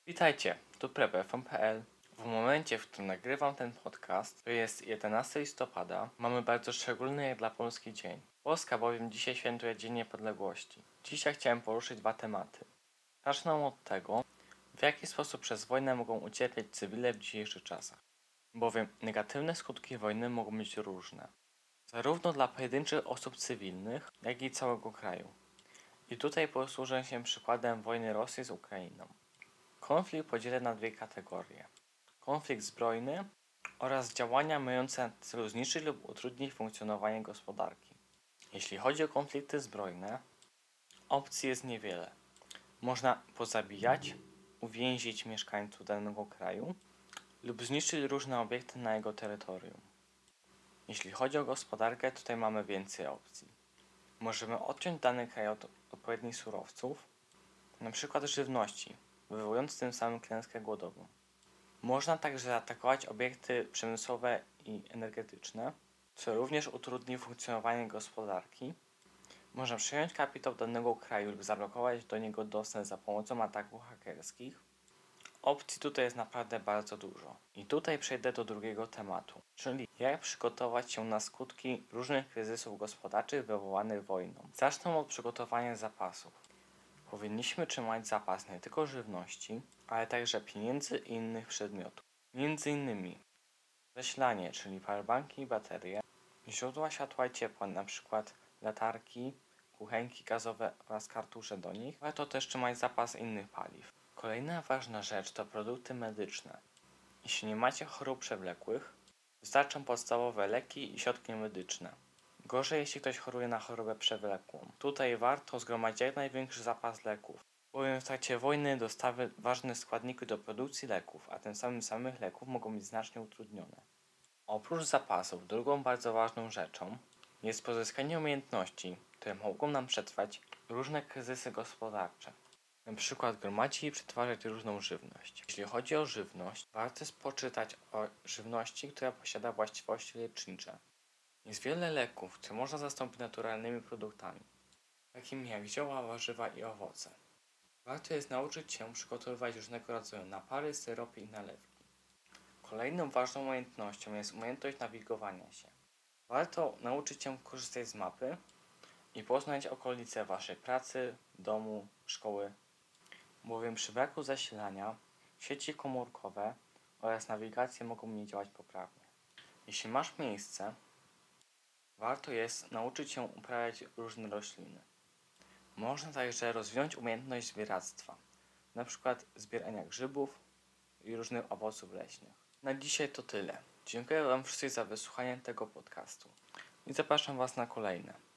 Witajcie, tu PrepFM.pl. W momencie, w którym nagrywam ten podcast, to jest 11 listopada, mamy bardzo szczególny jak dla Polski dzień. Polska bowiem dzisiaj świętuje Dzień Niepodległości. Dzisiaj chciałem poruszyć dwa tematy. Zacznę od tego, w jaki sposób przez wojnę mogą ucierpieć cywile w dzisiejszych czasach. Bowiem negatywne skutki wojny mogą być różne. Zarówno dla pojedynczych osób cywilnych, jak i całego kraju. I tutaj posłużę się przykładem wojny Rosji z Ukrainą. Konflikt podzielę na dwie kategorie. Konflikt zbrojny oraz działania mające na celu zniszczyć lub utrudnić funkcjonowanie gospodarki. Jeśli chodzi o konflikty zbrojne, opcji jest niewiele. Można pozabijać, uwięzić mieszkańców danego kraju lub zniszczyć różne obiekty na jego terytorium. Jeśli chodzi o gospodarkę, tutaj mamy więcej opcji. Możemy odciąć dany kraj od odpowiednich surowców, np. żywności, wywołując tym samym klęskę głodową. Można także zaatakować obiekty przemysłowe i energetyczne, co również utrudni funkcjonowanie gospodarki. Można przejąć kapitał danego kraju lub zablokować do niego dostęp za pomocą ataków hakerskich. Opcji tutaj jest naprawdę bardzo dużo. I tutaj przejdę do drugiego tematu, czyli jak przygotować się na skutki różnych kryzysów gospodarczych wywołanych wojną. Zacznę od przygotowania zapasów. Powinniśmy trzymać zapas nie tylko żywności, ale także pieniędzy i innych przedmiotów. Między innymi zasilanie, czyli powerbanki i baterie, źródła światła i ciepła, np. latarki, kuchenki gazowe oraz kartusze do nich. Warto też trzymać zapas innych paliw. Kolejna ważna rzecz to produkty medyczne. Jeśli nie macie chorób przewlekłych, wystarczą podstawowe leki i środki medyczne. Gorzej, jeśli ktoś choruje na chorobę przewlekłą. Tutaj warto zgromadzić jak największy zapas leków, bowiem w trakcie wojny dostawy ważnych składników do produkcji leków, a tym samym samych leków mogą być znacznie utrudnione. Oprócz zapasów, drugą bardzo ważną rzeczą jest pozyskanie umiejętności, które mogą nam przetrwać różne kryzysy gospodarcze. Na przykład gromadzić i przetwarzać różną żywność. Jeśli chodzi o żywność, warto jest poczytać o żywności, która posiada właściwości lecznicze. Jest wiele leków, które można zastąpić naturalnymi produktami, takimi jak zioła, warzywa i owoce. Warto jest nauczyć się przygotowywać różnego rodzaju napary, syropy i nalewki. Kolejną ważną umiejętnością jest umiejętność nawigowania się. Warto nauczyć się korzystać z mapy i poznać okolice waszej pracy, domu, szkoły, bowiem przy braku zasilania sieci komórkowe oraz nawigacje mogą nie działać poprawnie. Jeśli masz miejsce, warto jest nauczyć się uprawiać różne rośliny. Można także rozwinąć umiejętność zbieractwa, np. zbierania grzybów i różnych owoców leśnych. Na dzisiaj to tyle. Dziękuję Wam wszystkim za wysłuchanie tego podcastu i zapraszam Was na kolejne.